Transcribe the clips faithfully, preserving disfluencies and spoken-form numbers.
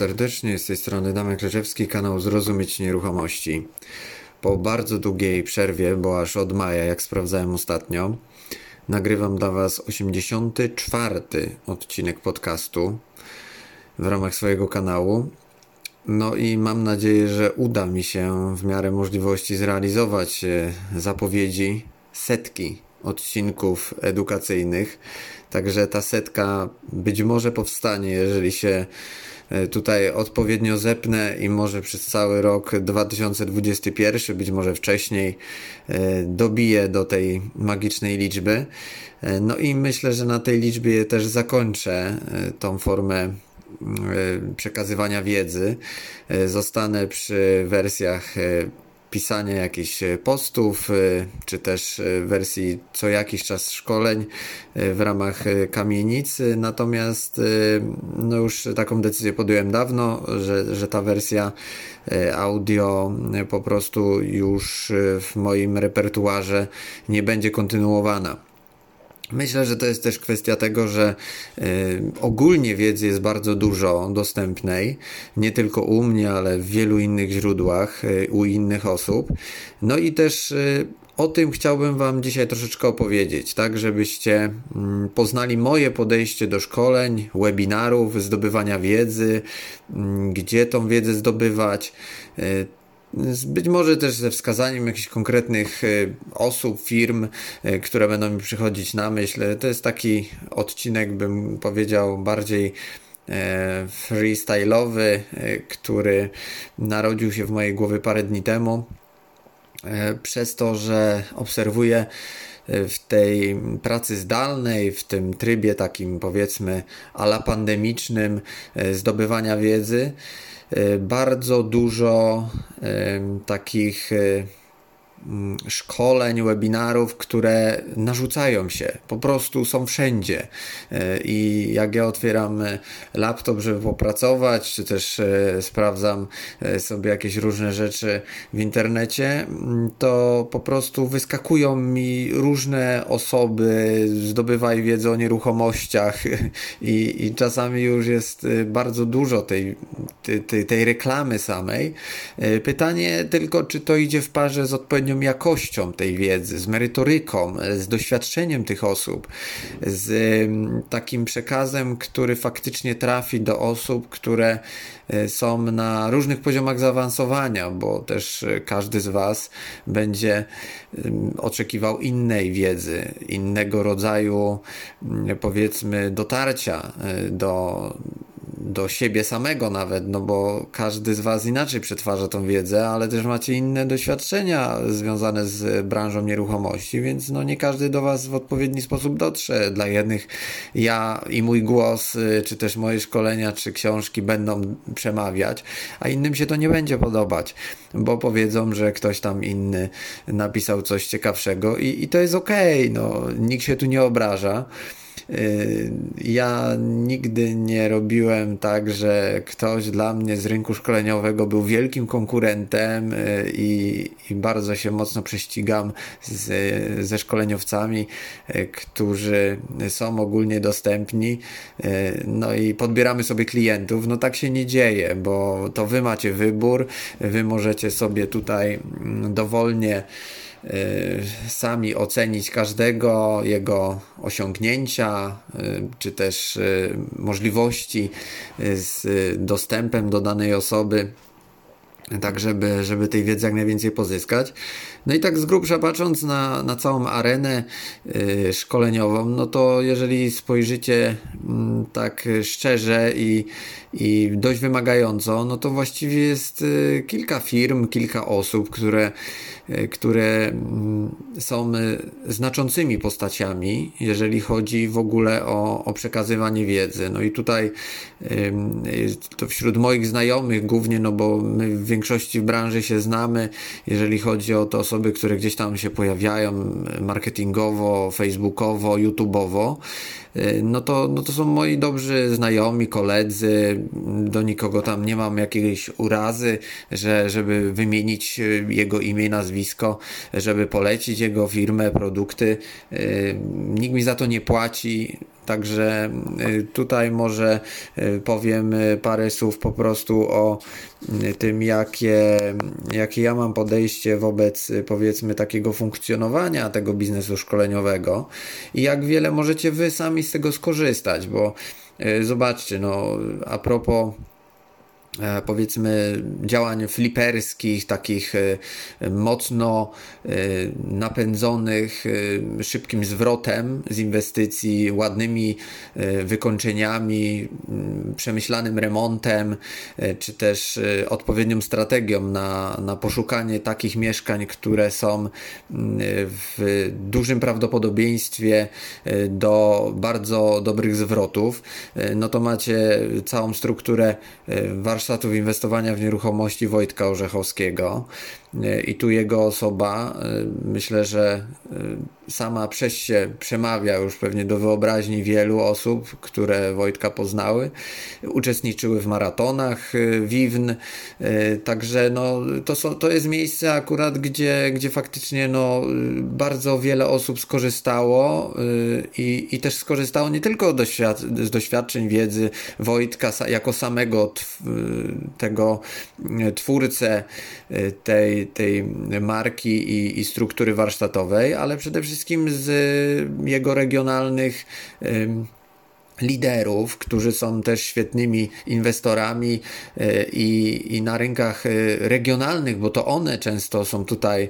serdecznie, z tej strony Damian Kleczewski, kanał Zrozumieć Nieruchomości. Po bardzo długiej przerwie, bo aż od maja, jak sprawdzałem ostatnio, nagrywam dla Was osiemdziesiąty czwarty odcinek podcastu w ramach swojego kanału. No i mam nadzieję, że uda mi się w miarę możliwości zrealizować zapowiedzi setki odcinków edukacyjnych. Także ta setka być może powstanie, jeżeli się tutaj odpowiednio zepnę i może przez cały rok dwa tysiące dwudziesty pierwszy, być może wcześniej, dobiję do tej magicznej liczby. No i myślę, że na tej liczbie też zakończę tą formę przekazywania wiedzy. Zostanę przy wersjach pisania jakichś postów, czy też wersji co jakiś czas szkoleń w ramach kamienicy. Natomiast no już taką decyzję podjąłem dawno, że, że ta wersja audio po prostu już w moim repertuarze nie będzie kontynuowana. Myślę, że to jest też kwestia tego, że y, ogólnie wiedzy jest bardzo dużo dostępnej, nie tylko u mnie, ale w wielu innych źródłach, y, u innych osób. No i też y, o tym chciałbym Wam dzisiaj troszeczkę opowiedzieć, tak, żebyście y, poznali moje podejście do szkoleń, webinarów, zdobywania wiedzy, y, gdzie tą wiedzę zdobywać, y, być może też ze wskazaniem jakichś konkretnych osób, firm, które będą mi przychodzić na myśl. To jest taki odcinek, bym powiedział, bardziej freestyle'owy, który narodził się w mojej głowie parę dni temu. Przez to, że obserwuję w tej pracy zdalnej, w tym trybie takim, powiedzmy, ala pandemicznym zdobywania wiedzy, bardzo dużo y, takich y, szkoleń, webinarów, które narzucają się, po prostu są wszędzie. I jak ja otwieram laptop, żeby popracować, czy też sprawdzam sobie jakieś różne rzeczy w internecie, to po prostu wyskakują mi różne osoby, zdobywaj wiedzę o nieruchomościach i, i czasami już jest bardzo dużo tej, tej, tej reklamy samej. Pytanie tylko, czy to idzie w parze z odpowiednią jakością tej wiedzy, z merytoryką, z doświadczeniem tych osób, z takim przekazem, który faktycznie trafi do osób, które są na różnych poziomach zaawansowania, bo też każdy z Was będzie oczekiwał innej wiedzy, innego rodzaju, powiedzmy, dotarcia do do siebie samego nawet, no bo każdy z Was inaczej przetwarza tą wiedzę, ale też macie inne doświadczenia związane z branżą nieruchomości, więc no nie każdy do Was w odpowiedni sposób dotrze. Dla jednych ja i mój głos, czy też moje szkolenia, czy książki będą przemawiać, a innym się to nie będzie podobać, bo powiedzą, że ktoś tam inny napisał coś ciekawszego i, i to jest okej, okay, no nikt się tu nie obraża. Ja nigdy nie robiłem tak, że ktoś dla mnie z rynku szkoleniowego był wielkim konkurentem i, i bardzo się mocno prześcigam z, ze szkoleniowcami, którzy są ogólnie dostępni, no i podbieramy sobie klientów. No tak się nie dzieje, bo to Wy macie wybór, Wy możecie sobie tutaj dowolnie sami ocenić każdego, jego osiągnięcia, czy też możliwości z dostępem do danej osoby, tak żeby, żeby tej wiedzy jak najwięcej pozyskać. No i tak z grubsza patrząc na, na całą arenę y, szkoleniową, no to jeżeli spojrzycie y, tak szczerze i, i dość wymagająco, no to właściwie jest y, kilka firm, kilka osób, które, y, które y, są y, znaczącymi postaciami, jeżeli chodzi w ogóle o, o przekazywanie wiedzy. No i tutaj y, to wśród moich znajomych głównie, no bo my w większości w branży się znamy, jeżeli chodzi o to osoby, które gdzieś tam się pojawiają marketingowo, facebookowo, youtubowo, no to, no to są moi dobrzy znajomi, koledzy, do nikogo tam nie mam jakiejś urazy, że, żeby wymienić jego imię i nazwisko, żeby polecić jego firmę, produkty. Nikt mi za to nie płaci. Także tutaj może powiem parę słów po prostu o tym, jakie, jakie ja mam podejście wobec, powiedzmy, takiego funkcjonowania tego biznesu szkoleniowego i jak wiele możecie wy sami z tego skorzystać, bo zobaczcie, no a propos powiedzmy działań fliperskich, takich mocno napędzonych szybkim zwrotem z inwestycji, ładnymi wykończeniami, przemyślanym remontem, czy też odpowiednią strategią na, na poszukanie takich mieszkań, które są w dużym prawdopodobieństwie do bardzo dobrych zwrotów, no to macie całą strukturę warsztatów warsztatów inwestowania w nieruchomości Wojtka Orzechowskiego i tu jego osoba, myślę, że sama przez się przemawia już pewnie do wyobraźni wielu osób, które Wojtka poznały, uczestniczyły w maratonach Wiwn, także no, to, są, to jest miejsce akurat, gdzie, gdzie faktycznie no, bardzo wiele osób skorzystało i, i też skorzystało nie tylko doświad- z doświadczeń, wiedzy Wojtka jako samego tego twórcę tej, tej marki i, i struktury warsztatowej, ale przede wszystkim z jego regionalnych liderów, którzy są też świetnymi inwestorami i, i na rynkach regionalnych, bo to one często są tutaj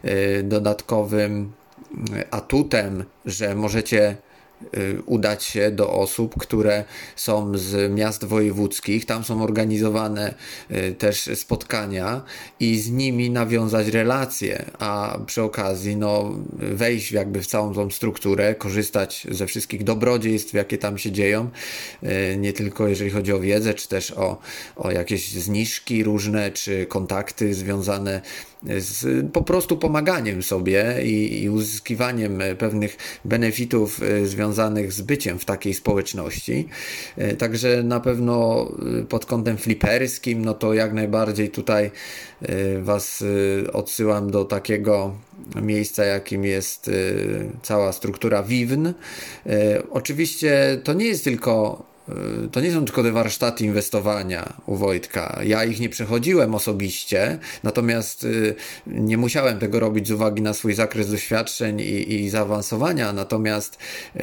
dodatkowym atutem, że możecie udać się do osób, które są z miast wojewódzkich, tam są organizowane też spotkania i z nimi nawiązać relacje, a przy okazji no, wejść jakby w całą tą strukturę, korzystać ze wszystkich dobrodziejstw, jakie tam się dzieją, nie tylko jeżeli chodzi o wiedzę, czy też o, o jakieś zniżki różne, czy kontakty związane z po prostu pomaganiem sobie i, i uzyskiwaniem pewnych benefitów związanych z byciem w takiej społeczności. Także na pewno pod kątem fliperskim, no to jak najbardziej tutaj was odsyłam do takiego miejsca, jakim jest cała struktura Wiwn. Oczywiście to nie jest tylko To nie są tylko te warsztaty inwestowania u Wojtka. Ja ich nie przechodziłem osobiście, natomiast nie musiałem tego robić z uwagi na swój zakres doświadczeń i, i zaawansowania, natomiast,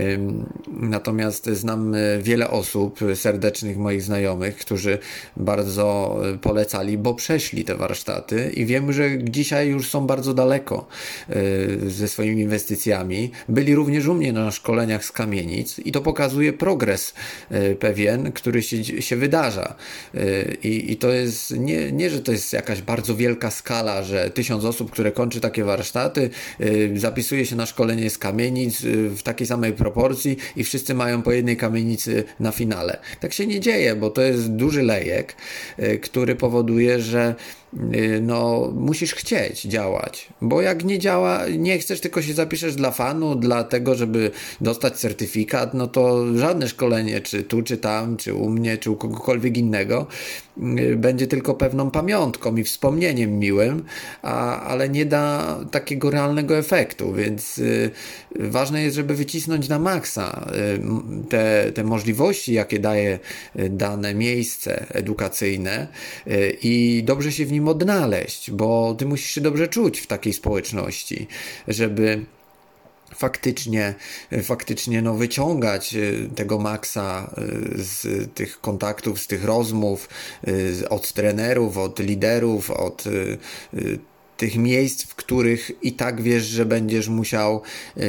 natomiast znam wiele osób, serdecznych moich znajomych, którzy bardzo polecali, bo przeszli te warsztaty i wiem, że dzisiaj już są bardzo daleko ze swoimi inwestycjami. Byli również u mnie na szkoleniach z kamienic i to pokazuje progres pewien, który się, się wydarza. I, i to jest nie, nie, że to jest jakaś bardzo wielka skala, że tysiąc osób, które kończy takie warsztaty, zapisuje się na szkolenie z kamienic w takiej samej proporcji i wszyscy mają po jednej kamienicy na finale. Tak się nie dzieje, bo to jest duży lejek, który powoduje, że no musisz chcieć działać, bo jak nie działa, nie chcesz, tylko się zapiszesz dla fanu, dla tego, żeby dostać certyfikat, no to żadne szkolenie, czy tu, czy tam, czy u mnie, czy u kogokolwiek innego, będzie tylko pewną pamiątką i wspomnieniem miłym, a, ale nie da takiego realnego efektu, więc y, ważne jest, żeby wycisnąć na maksa y, te, te możliwości, jakie daje dane miejsce edukacyjne y, i dobrze się w nim odnaleźć, bo ty musisz się dobrze czuć w takiej społeczności, żeby faktycznie, faktycznie no, wyciągać tego maksa z tych kontaktów, z tych rozmów, od trenerów, od liderów, od tych miejsc, w których i tak wiesz, że będziesz musiał yy,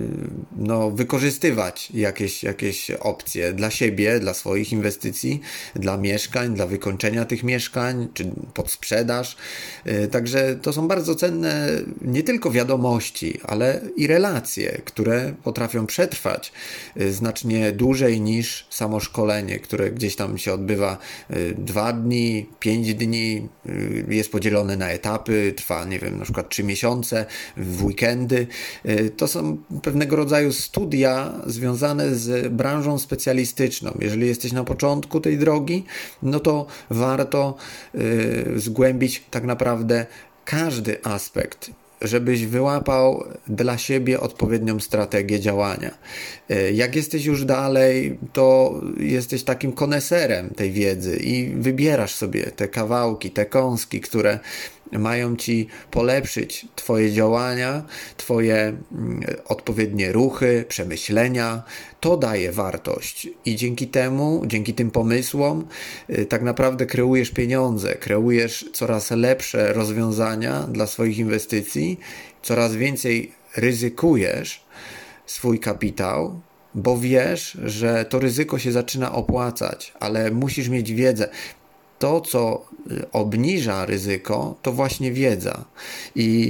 no, wykorzystywać jakieś, jakieś opcje dla siebie, dla swoich inwestycji, dla mieszkań, dla wykończenia tych mieszkań, czy pod sprzedaż. Yy, także to są bardzo cenne nie tylko wiadomości, ale i relacje, które potrafią przetrwać yy, znacznie dłużej niż samo szkolenie, które gdzieś tam się odbywa yy, dwa dni, pięć dni, yy, jest podzielone na etapy, trwa nie wiem, na przykład trzy miesiące, w weekendy. To są pewnego rodzaju studia związane z branżą specjalistyczną. Jeżeli jesteś na początku tej drogi, no to warto y, zgłębić tak naprawdę każdy aspekt żebyś wyłapał dla siebie odpowiednią strategię działania. Jak jesteś już dalej, to jesteś takim koneserem tej wiedzy i wybierasz sobie te kawałki, te kąski, które mają ci polepszyć twoje działania, twoje odpowiednie ruchy, przemyślenia. To daje wartość i dzięki temu, dzięki tym pomysłom tak naprawdę kreujesz pieniądze, kreujesz coraz lepsze rozwiązania dla swoich inwestycji, coraz więcej ryzykujesz swój kapitał, bo wiesz, że to ryzyko się zaczyna opłacać, ale musisz mieć wiedzę. To, co obniża ryzyko, to właśnie wiedza. I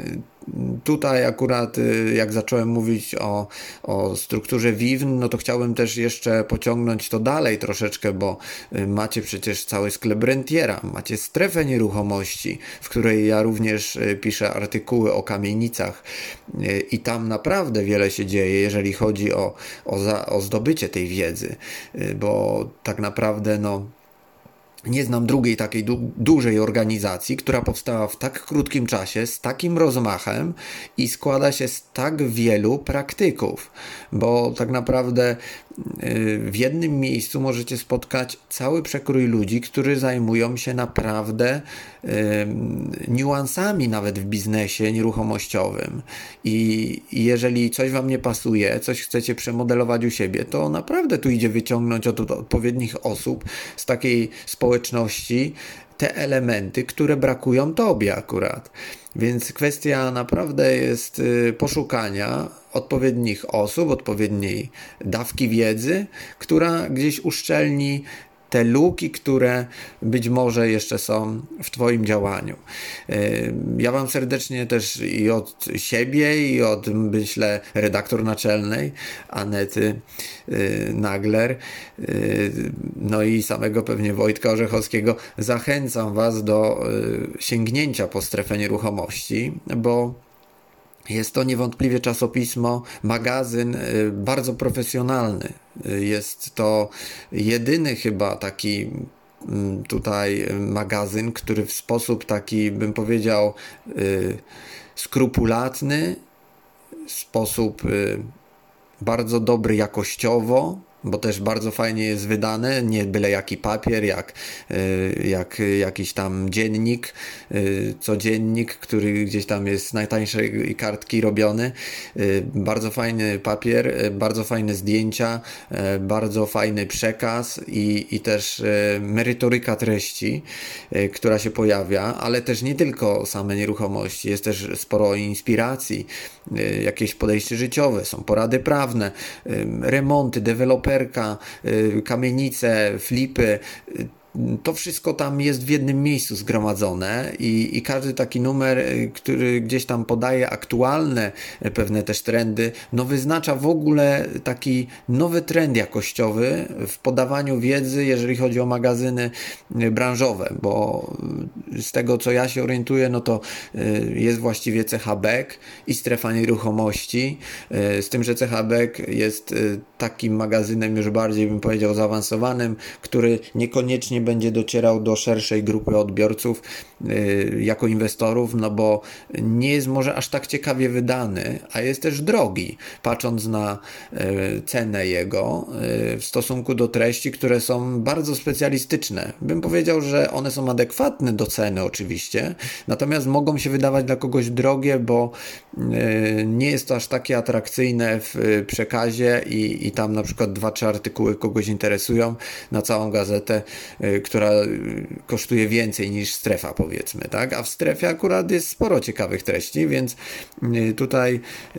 tutaj akurat jak zacząłem mówić o, o strukturze Vivn, no to chciałbym też jeszcze pociągnąć to dalej troszeczkę, bo macie przecież cały sklep rentiera, macie strefę nieruchomości, w której ja również piszę artykuły o kamienicach i tam naprawdę wiele się dzieje, jeżeli chodzi o, o, za, o zdobycie tej wiedzy, bo tak naprawdę no nie znam drugiej takiej du- dużej organizacji, która powstała w tak krótkim czasie, z takim rozmachem i składa się z tak wielu praktyków, bo tak naprawdę w jednym miejscu możecie spotkać cały przekrój ludzi, którzy zajmują się naprawdę y, niuansami nawet w biznesie nieruchomościowym. I jeżeli coś wam nie pasuje, coś chcecie przemodelować u siebie, to naprawdę tu idzie wyciągnąć od, od odpowiednich osób z takiej społeczności te elementy, które brakują tobie akurat. Więc kwestia naprawdę jest poszukania odpowiednich osób, odpowiedniej dawki wiedzy, która gdzieś uszczelni te luki, które być może jeszcze są w twoim działaniu. Ja wam serdecznie też i od siebie, i od, myślę, redaktor naczelnej Anety Nagler, no i samego pewnie Wojtka Orzechowskiego zachęcam was do sięgnięcia po strefę nieruchomości, bo jest to niewątpliwie czasopismo, magazyn bardzo profesjonalny. Jest to jedyny chyba taki tutaj magazyn, który w sposób taki, bym powiedział, skrupulatny, w sposób bardzo dobry jakościowo, bo też bardzo fajnie jest wydane, nie byle jaki papier, jak, jak jakiś tam dziennik, codziennik, który gdzieś tam jest z najtańszej kartki robiony. Bardzo fajny papier, bardzo fajne zdjęcia, bardzo fajny przekaz i, i też merytoryka treści, która się pojawia, ale też nie tylko same nieruchomości, jest też sporo inspiracji, jakieś podejście życiowe, są porady prawne, remonty, dewelopery, kamienice, flipy, to wszystko tam jest w jednym miejscu zgromadzone i, i każdy taki numer, który gdzieś tam podaje aktualne pewne też trendy, no wyznacza w ogóle taki nowy trend jakościowy w podawaniu wiedzy, jeżeli chodzi o magazyny branżowe, bo z tego, co ja się orientuję, no to jest właściwie C H Beck i strefa nieruchomości, z tym, że C H Beck jest takim magazynem już bardziej, bym powiedział, zaawansowanym, który niekoniecznie będzie docierał do szerszej grupy odbiorców yy, jako inwestorów, no bo nie jest może aż tak ciekawie wydany, a jest też drogi, patrząc na yy, cenę jego yy, w stosunku do treści, które są bardzo specjalistyczne. Bym powiedział, że one są adekwatne do ceny oczywiście, natomiast mogą się wydawać dla kogoś drogie, bo yy, nie jest to aż takie atrakcyjne w yy, przekazie i, i tam na przykład dwa, trzy artykuły kogoś interesują na całą gazetę, yy, która kosztuje więcej niż strefa, powiedzmy, tak? A w strefie akurat jest sporo ciekawych treści, więc tutaj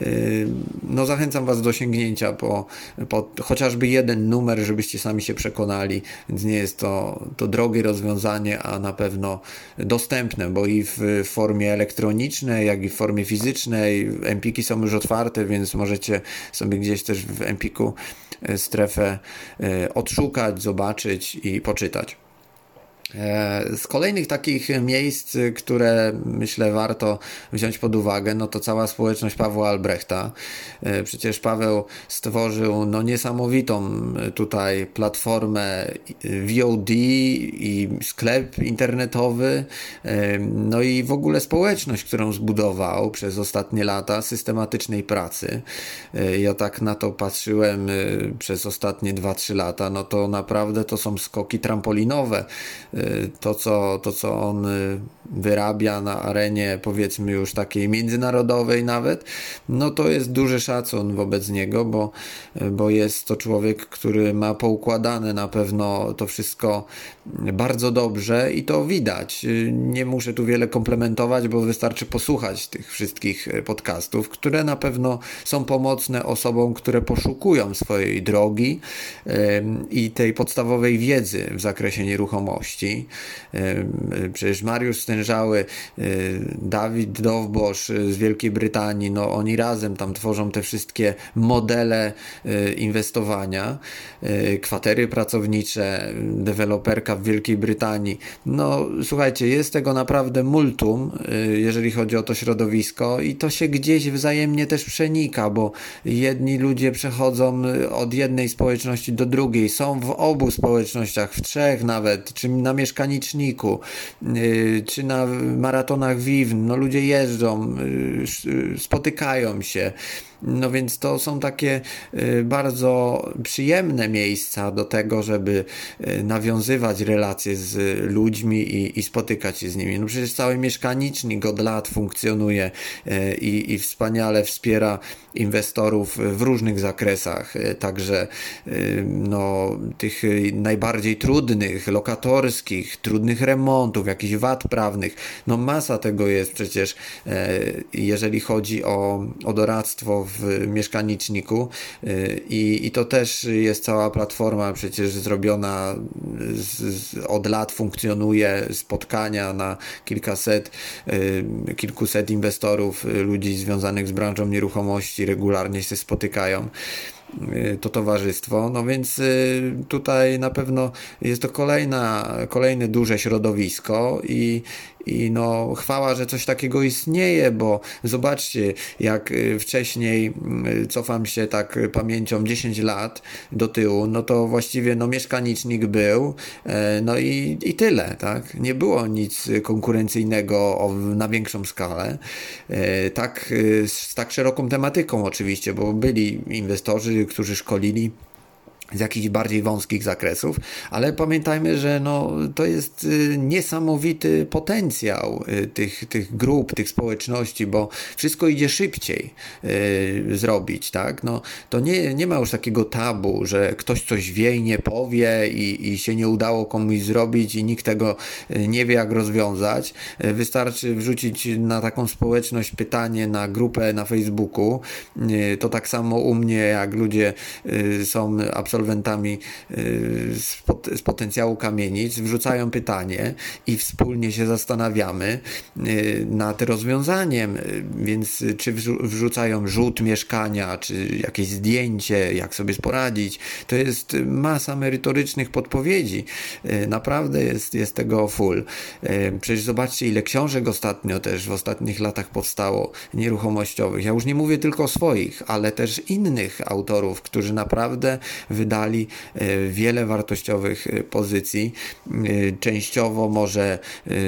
no zachęcam was do sięgnięcia po, po chociażby jeden numer, żebyście sami się przekonali, więc nie jest to, to drogie rozwiązanie, a na pewno dostępne, bo i w formie elektronicznej, jak i w formie fizycznej Empiki są już otwarte, więc możecie sobie gdzieś też w Empiku strefę odszukać, zobaczyć i poczytać. Z kolejnych takich miejsc, które myślę warto wziąć pod uwagę, no to cała społeczność Pawła Albrechta. Przecież Paweł stworzył no niesamowitą tutaj platformę V O D i sklep internetowy, no i w ogóle społeczność, którą zbudował przez ostatnie lata systematycznej pracy. Ja tak na to patrzyłem przez ostatnie dwa trzy lata, no to naprawdę to są skoki trampolinowe. To co, to, co on wyrabia na arenie, powiedzmy już takiej międzynarodowej nawet, no to jest duży szacun wobec niego, bo, bo jest to człowiek, który ma poukładane na pewno to wszystko bardzo dobrze i to widać. Nie muszę tu wiele komplementować, bo wystarczy posłuchać tych wszystkich podcastów, które na pewno są pomocne osobom, które poszukują swojej drogi i tej podstawowej wiedzy w zakresie nieruchomości. Przecież Mariusz Stężały, Dawid Dowbosz z Wielkiej Brytanii, no oni razem tam tworzą te wszystkie modele inwestowania, kwatery pracownicze, deweloperka w Wielkiej Brytanii. No słuchajcie, jest tego naprawdę multum, jeżeli chodzi o to środowisko i to się gdzieś wzajemnie też przenika, bo jedni ludzie przechodzą od jednej społeczności do drugiej, są w obu społecznościach, w trzech nawet, czy na mieszkaniczniku, czy na maratonach Vivn, no ludzie jeżdżą, spotykają się. No więc to są takie bardzo przyjemne miejsca do tego, żeby nawiązywać relacje z ludźmi i, i spotykać się z nimi. No przecież cały mieszkanicznik od lat funkcjonuje i, i wspaniale wspiera inwestorów w różnych zakresach, także no, tych najbardziej trudnych, lokatorskich, trudnych remontów, jakichś wad prawnych, no masa tego jest przecież, jeżeli chodzi o, o doradztwo w mieszkaniczniku i, i to też jest cała platforma przecież zrobiona z, z, od lat funkcjonuje, spotkania na kilkaset, kilkuset inwestorów, ludzi związanych z branżą nieruchomości regularnie się spotykają. To towarzystwo, no więc tutaj na pewno jest to kolejna, kolejne duże środowisko i, i no chwała, że coś takiego istnieje, bo zobaczcie, jak wcześniej, cofam się tak pamięcią dziesięć lat do tyłu, no to właściwie no mieszkanicznik był, no i, i tyle, tak? Nie było nic konkurencyjnego na większą skalę, tak, z tak szeroką tematyką oczywiście, bo byli inwestorzy, którzy szkolili z jakichś bardziej wąskich zakresów, ale pamiętajmy, że no, to jest niesamowity potencjał tych, tych grup, tych społeczności, bo wszystko idzie szybciej yy, zrobić, tak? No, to nie, nie ma już takiego tabu, że ktoś coś wie i nie powie i, i się nie udało komuś zrobić i nikt tego nie wie, jak rozwiązać. Wystarczy wrzucić na taką społeczność pytanie na grupę na Facebooku. Yy, to tak samo u mnie, jak ludzie yy, są absolutnie absolwentami z, pot, z potencjału kamienic, wrzucają pytanie i wspólnie się zastanawiamy nad rozwiązaniem, więc czy wrzucają rzut mieszkania, czy jakieś zdjęcie, jak sobie poradzić, to jest masa merytorycznych podpowiedzi. Naprawdę jest, jest tego full. Przecież zobaczcie, ile książek ostatnio też w ostatnich latach powstało nieruchomościowych. Ja już nie mówię tylko o swoich, ale też innych autorów, którzy naprawdę wydali wiele wartościowych pozycji, częściowo może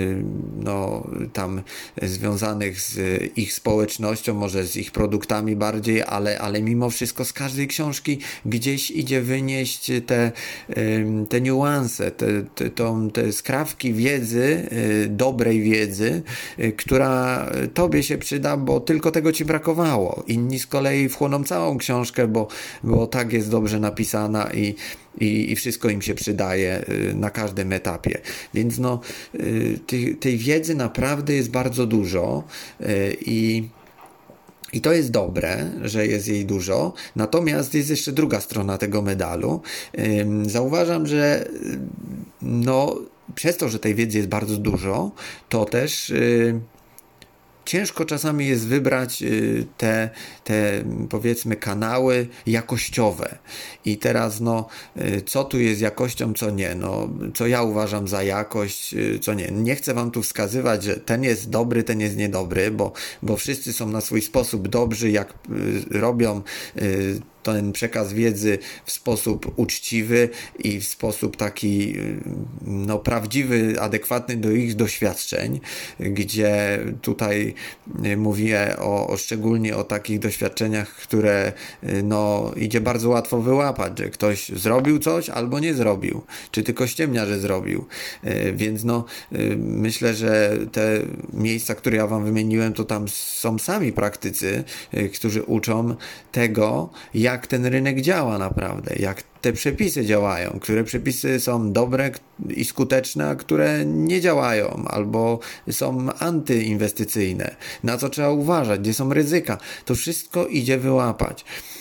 no, tam związanych z ich społecznością, może z ich produktami bardziej, ale, ale mimo wszystko z każdej książki gdzieś idzie wynieść te, te niuanse, te, te, tą, te skrawki wiedzy, dobrej wiedzy, która tobie się przyda, bo tylko tego ci brakowało. Inni z kolei wchłoną całą książkę, bo, bo tak jest dobrze napisana i, i, i wszystko im się przydaje na każdym etapie. Więc no, tej, tej wiedzy naprawdę jest bardzo dużo i I to jest dobre, że jest jej dużo, natomiast jest jeszcze druga strona tego medalu. Zauważam, że no, przez to, że tej wiedzy jest bardzo dużo, to też ciężko czasami jest wybrać te, te powiedzmy kanały jakościowe. I teraz no, co tu jest jakością, co nie. No, co ja uważam za jakość, co nie. Nie chcę wam tu wskazywać, że ten jest dobry, ten jest niedobry, bo, bo wszyscy są na swój sposób dobrzy, jak robią ten przekaz wiedzy w sposób uczciwy i w sposób taki no, prawdziwy, adekwatny do ich doświadczeń, gdzie tutaj mówię o, o szczególnie o takich doświadczeniach, które no, idzie bardzo łatwo wyłapać, że ktoś zrobił coś albo nie zrobił, czy tylko ściemnia, że zrobił. Więc no, myślę, że te miejsca, które ja wam wymieniłem, to tam są sami praktycy, którzy uczą tego, jak jak ten rynek działa naprawdę, jak te przepisy działają, które przepisy są dobre i skuteczne, a które nie działają albo są antyinwestycyjne, na co trzeba uważać, gdzie są ryzyka. To wszystko idzie wyłapać.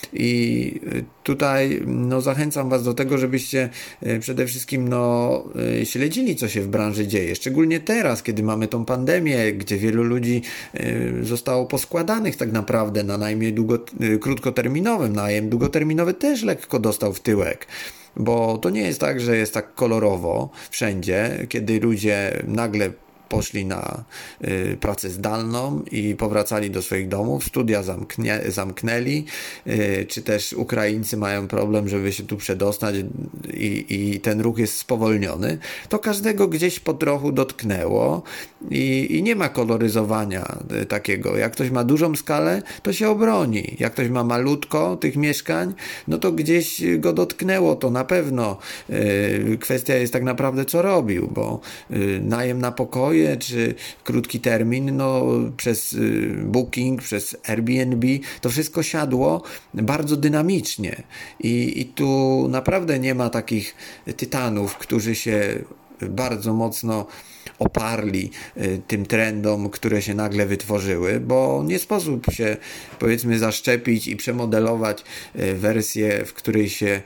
I tutaj no, zachęcam was do tego, żebyście przede wszystkim no, śledzili, co się w branży dzieje. Szczególnie teraz, kiedy mamy tą pandemię, gdzie wielu ludzi zostało poskładanych tak naprawdę na najmie długo, krótkoterminowym. Najem długoterminowy też lekko dostał w tyłek. Bo to nie jest tak, że jest tak kolorowo wszędzie, kiedy ludzie nagle poszli na y, pracę zdalną i powracali do swoich domów, studia zamknie, zamknęli, y, czy też Ukraińcy mają problem, żeby się tu przedostać i, i ten ruch jest spowolniony, to każdego gdzieś po trochu dotknęło i, i nie ma koloryzowania y, takiego. Jak ktoś ma dużą skalę, to się obroni. Jak ktoś ma malutko tych mieszkań, no to gdzieś go dotknęło, to na pewno. Y, kwestia jest tak naprawdę, co robił, bo y, najem na pokoje czy krótki termin, no przez Booking, przez Airbnb, to wszystko siadło bardzo dynamicznie i, i tu naprawdę nie ma takich tytanów, którzy się bardzo mocno oparli tym trendom, które się nagle wytworzyły, bo nie sposób się powiedzmy zaszczepić i przemodelować wersję, w której się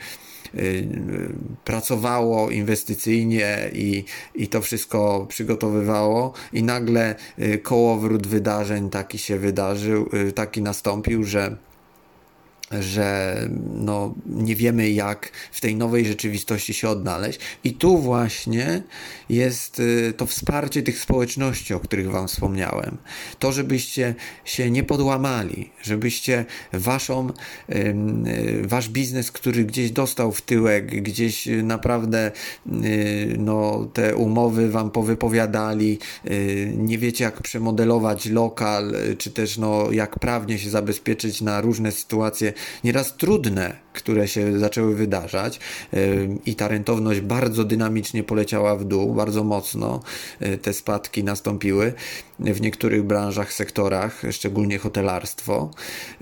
pracowało inwestycyjnie i, i to wszystko przygotowywało i nagle kołowrót wydarzeń taki się wydarzył, taki nastąpił, że że no, nie wiemy, jak w tej nowej rzeczywistości się odnaleźć. I tu właśnie jest to wsparcie tych społeczności, o których wam wspomniałem. To, żebyście się nie podłamali, żebyście waszą, wasz biznes, który gdzieś dostał w tyłek, gdzieś naprawdę no, te umowy wam powypowiadali, nie wiecie, jak przemodelować lokal, czy też no, jak prawnie się zabezpieczyć na różne sytuacje, nieraz trudne, które się zaczęły wydarzać i ta rentowność bardzo dynamicznie poleciała w dół, bardzo mocno te spadki nastąpiły w niektórych branżach, sektorach, szczególnie hotelarstwo,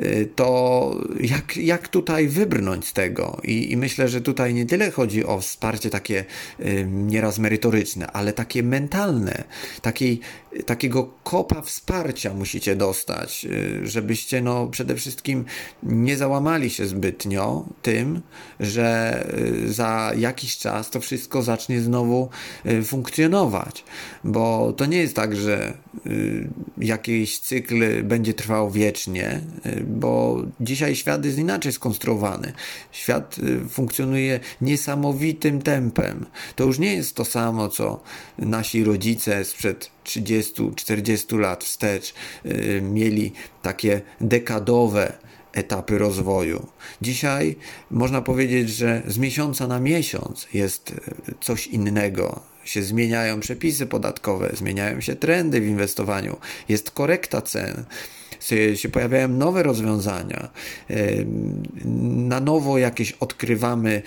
to jak, jak tutaj wybrnąć z tego? I, i myślę, że tutaj nie tyle chodzi o wsparcie takie nieraz merytoryczne, ale takie mentalne, takiej, takiego kopa wsparcia musicie dostać, żebyście no przede wszystkim nie załamali się zbytnio tym, że za jakiś czas to wszystko zacznie znowu funkcjonować, bo to nie jest tak, że jakiś cykl będzie trwał wiecznie, bo dzisiaj świat jest inaczej skonstruowany. Świat funkcjonuje niesamowitym tempem. To już nie jest to samo, co nasi rodzice sprzed trzydziestu czterdziestu lat wstecz mieli takie dekadowe etapy rozwoju. Dzisiaj można powiedzieć, że z miesiąca na miesiąc jest coś innego. Się zmieniają przepisy podatkowe, zmieniają się trendy w inwestowaniu, jest korekta cen, się pojawiają nowe rozwiązania, na nowo jakieś odkrywamy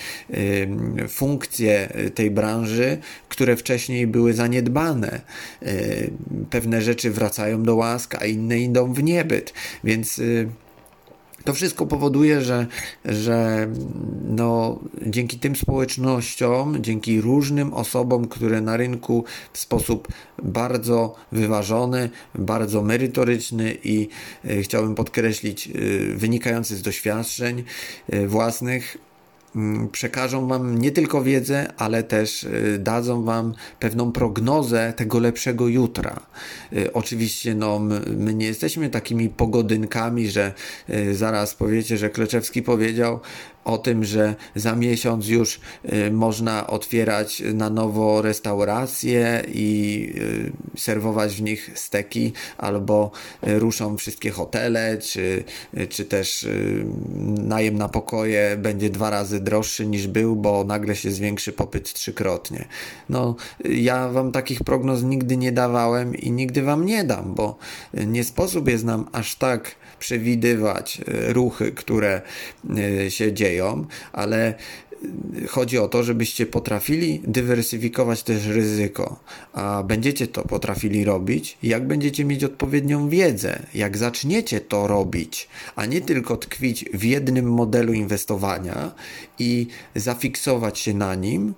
funkcje tej branży, które wcześniej były zaniedbane. Pewne rzeczy wracają do łask, a inne idą w niebyt, więc to wszystko powoduje, że, że no, dzięki tym społecznościom, dzięki różnym osobom, które na rynku w sposób bardzo wyważony, bardzo merytoryczny i y, chciałbym podkreślić, y, wynikający z doświadczeń y, własnych, przekażą wam nie tylko wiedzę, ale też dadzą wam pewną prognozę tego lepszego jutra. Oczywiście no, my, my nie jesteśmy takimi pogodynkami, że zaraz powiecie, że Kleczewski powiedział o tym, że za miesiąc już y, można otwierać na nowo restauracje i y, serwować w nich steki, albo y, ruszą wszystkie hotele, czy, y, czy też y, najem na pokoje będzie dwa razy droższy niż był, bo nagle się zwiększy popyt trzykrotnie. No, y, ja wam takich prognoz nigdy nie dawałem i nigdy wam nie dam, bo y, nie sposób jest nam aż tak przewidywać y, ruchy, które y, się dzieją, ale chodzi o to, żebyście potrafili dywersyfikować też ryzyko, a będziecie to potrafili robić, jak będziecie mieć odpowiednią wiedzę, jak zaczniecie to robić, a nie tylko tkwić w jednym modelu inwestowania i zafiksować się na nim,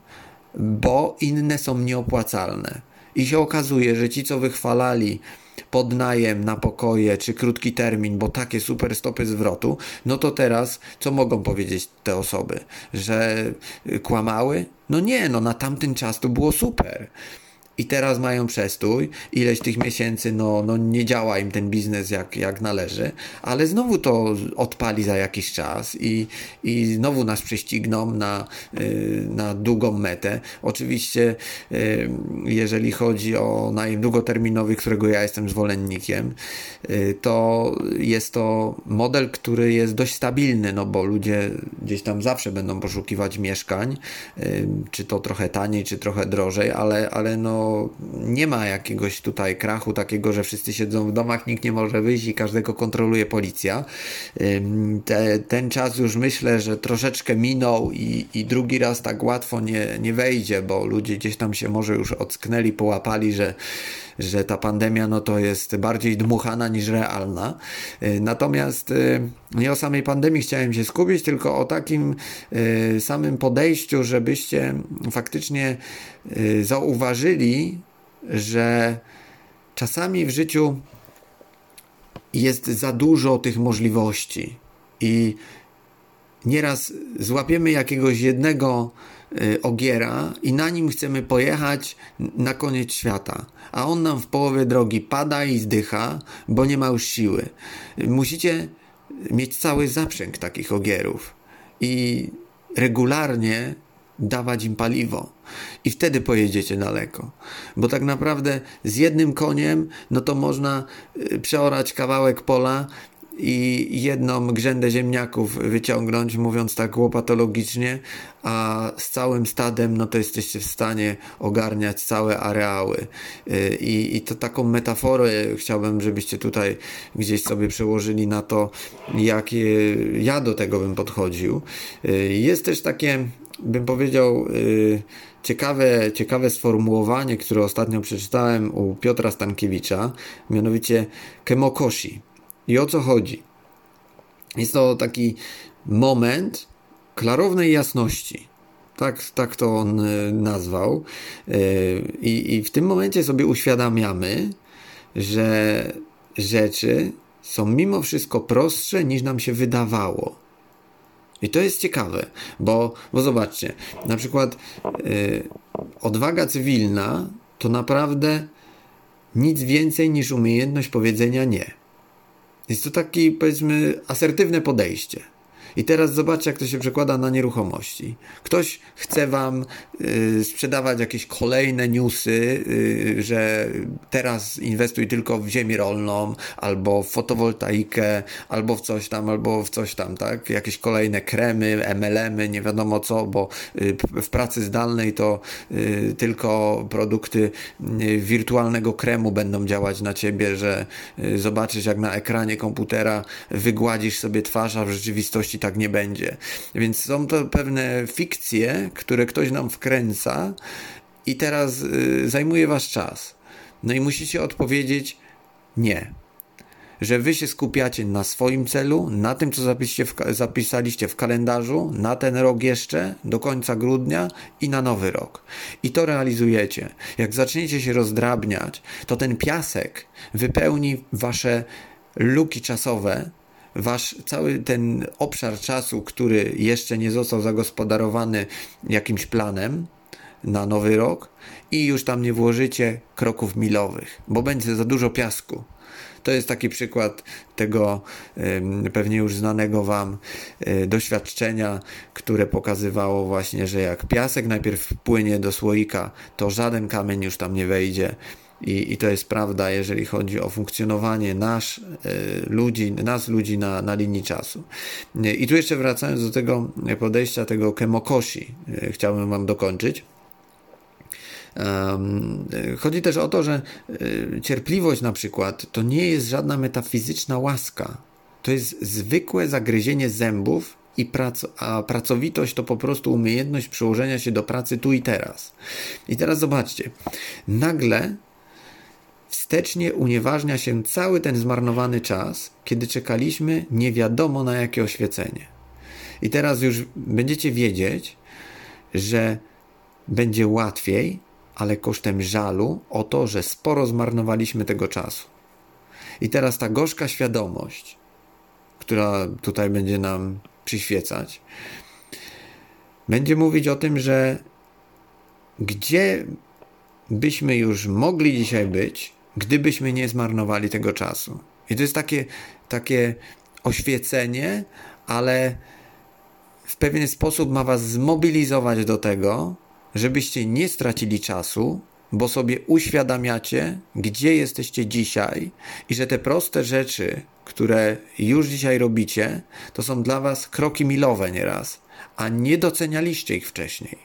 bo inne są nieopłacalne. I się okazuje, że ci, co wychwalali podnajem na pokoje, czy krótki termin, bo takie super stopy zwrotu, no to teraz co mogą powiedzieć te osoby? Że kłamały? No nie, no na tamten czas to było super. I teraz mają przestój, ileś tych miesięcy, no, no nie działa im ten biznes jak, jak należy, ale znowu to odpali za jakiś czas i, i znowu nas prześcigną na, yy, na długą metę. Oczywiście yy, jeżeli chodzi o najem długoterminowy, którego ja jestem zwolennikiem, yy, to jest to model, który jest dość stabilny, no bo ludzie gdzieś tam zawsze będą poszukiwać mieszkań, yy, czy to trochę taniej, czy trochę drożej, ale, ale no nie ma jakiegoś tutaj krachu takiego, że wszyscy siedzą w domach, nikt nie może wyjść i każdego kontroluje policja. Te, ten czas już myślę, że troszeczkę minął i, i drugi raz tak łatwo nie, nie wejdzie, bo ludzie gdzieś tam się może już ocknęli, połapali, że, że ta pandemia no to jest bardziej dmuchana niż realna. Natomiast nie o samej pandemii chciałem się skupić, tylko o takim samym podejściu, żebyście faktycznie zauważyli, że czasami w życiu jest za dużo tych możliwości i nieraz złapiemy jakiegoś jednego ogiera i na nim chcemy pojechać na koniec świata, a on nam w połowie drogi pada i zdycha, bo nie ma już siły. Musicie mieć cały zaprzęg takich ogierów i regularnie dawać im paliwo i wtedy pojedziecie daleko, bo tak naprawdę z jednym koniem no to można przeorać kawałek pola i jedną grzędę ziemniaków wyciągnąć, mówiąc tak łopatologicznie, a z całym stadem no to jesteście w stanie ogarniać całe areały. I, i to taką metaforę chciałbym, żebyście tutaj gdzieś sobie przełożyli na to, jak ja do tego bym podchodził. Jest też takie, bym powiedział, ciekawe, ciekawe sformułowanie, które ostatnio przeczytałem u Piotra Stankiewicza, mianowicie kemokoshi. I o co chodzi? Jest to taki moment klarownej jasności. Tak, tak to on nazwał. I, I w tym momencie sobie uświadamiamy, że rzeczy są mimo wszystko prostsze niż nam się wydawało. I to jest ciekawe, bo, bo zobaczcie, na przykład yy, odwaga cywilna to naprawdę nic więcej niż umiejętność powiedzenia nie. Jest to takie, powiedzmy, asertywne podejście. I teraz zobaczcie, jak to się przekłada na nieruchomości. Ktoś chce wam y, sprzedawać jakieś kolejne newsy, y, że teraz inwestuj tylko w ziemię rolną, albo w fotowoltaikę, albo w coś tam, albo w coś tam, tak? Jakieś kolejne kremy, em el em y, nie wiadomo co, bo y, w pracy zdalnej to y, tylko produkty y, wirtualnego kremu będą działać na ciebie, że y, zobaczysz, jak na ekranie komputera wygładzisz sobie twarz, a w rzeczywistości tak nie będzie. Więc są to pewne fikcje, które ktoś nam wkręca i teraz y, zajmuje wasz czas. No i musicie odpowiedzieć nie. Że wy się skupiacie na swoim celu, na tym, co zapisaliście w, zapisaliście w kalendarzu, na ten rok jeszcze, do końca grudnia i na nowy rok. I to realizujecie. Jak zaczniecie się rozdrabniać, to ten piasek wypełni wasze luki czasowe, wasz cały ten obszar czasu, który jeszcze nie został zagospodarowany jakimś planem na nowy rok i już tam nie włożycie kroków milowych, bo będzie za dużo piasku. To jest taki przykład tego y, pewnie już znanego wam y, doświadczenia, które pokazywało właśnie, że jak piasek najpierw wpłynie do słoika, to żaden kamień już tam nie wejdzie. I, i to jest prawda, jeżeli chodzi o funkcjonowanie nasz, y, ludzi, nas ludzi na, na linii czasu. Y, I tu jeszcze wracając do tego podejścia, tego kemokoshi, y, chciałbym wam dokończyć. Um, chodzi też o to, że y, cierpliwość na przykład to nie jest żadna metafizyczna łaska. To jest zwykłe zagryzienie zębów, i prac, a pracowitość to po prostu umiejętność przełożenia się do pracy tu i teraz. I teraz zobaczcie, nagle wstecznie unieważnia się cały ten zmarnowany czas, kiedy czekaliśmy nie wiadomo na jakie oświecenie. I teraz już będziecie wiedzieć, że będzie łatwiej, ale kosztem żalu o to, że sporo zmarnowaliśmy tego czasu. I teraz ta gorzka świadomość, która tutaj będzie nam przyświecać, będzie mówić o tym, że gdzie byśmy już mogli dzisiaj być, gdybyśmy nie zmarnowali tego czasu. I to jest takie, takie oświecenie, ale w pewien sposób ma was zmobilizować do tego, żebyście nie stracili czasu, bo sobie uświadamiacie, gdzie jesteście dzisiaj i że te proste rzeczy, które już dzisiaj robicie, to są dla was kroki milowe nieraz, a nie docenialiście ich wcześniej.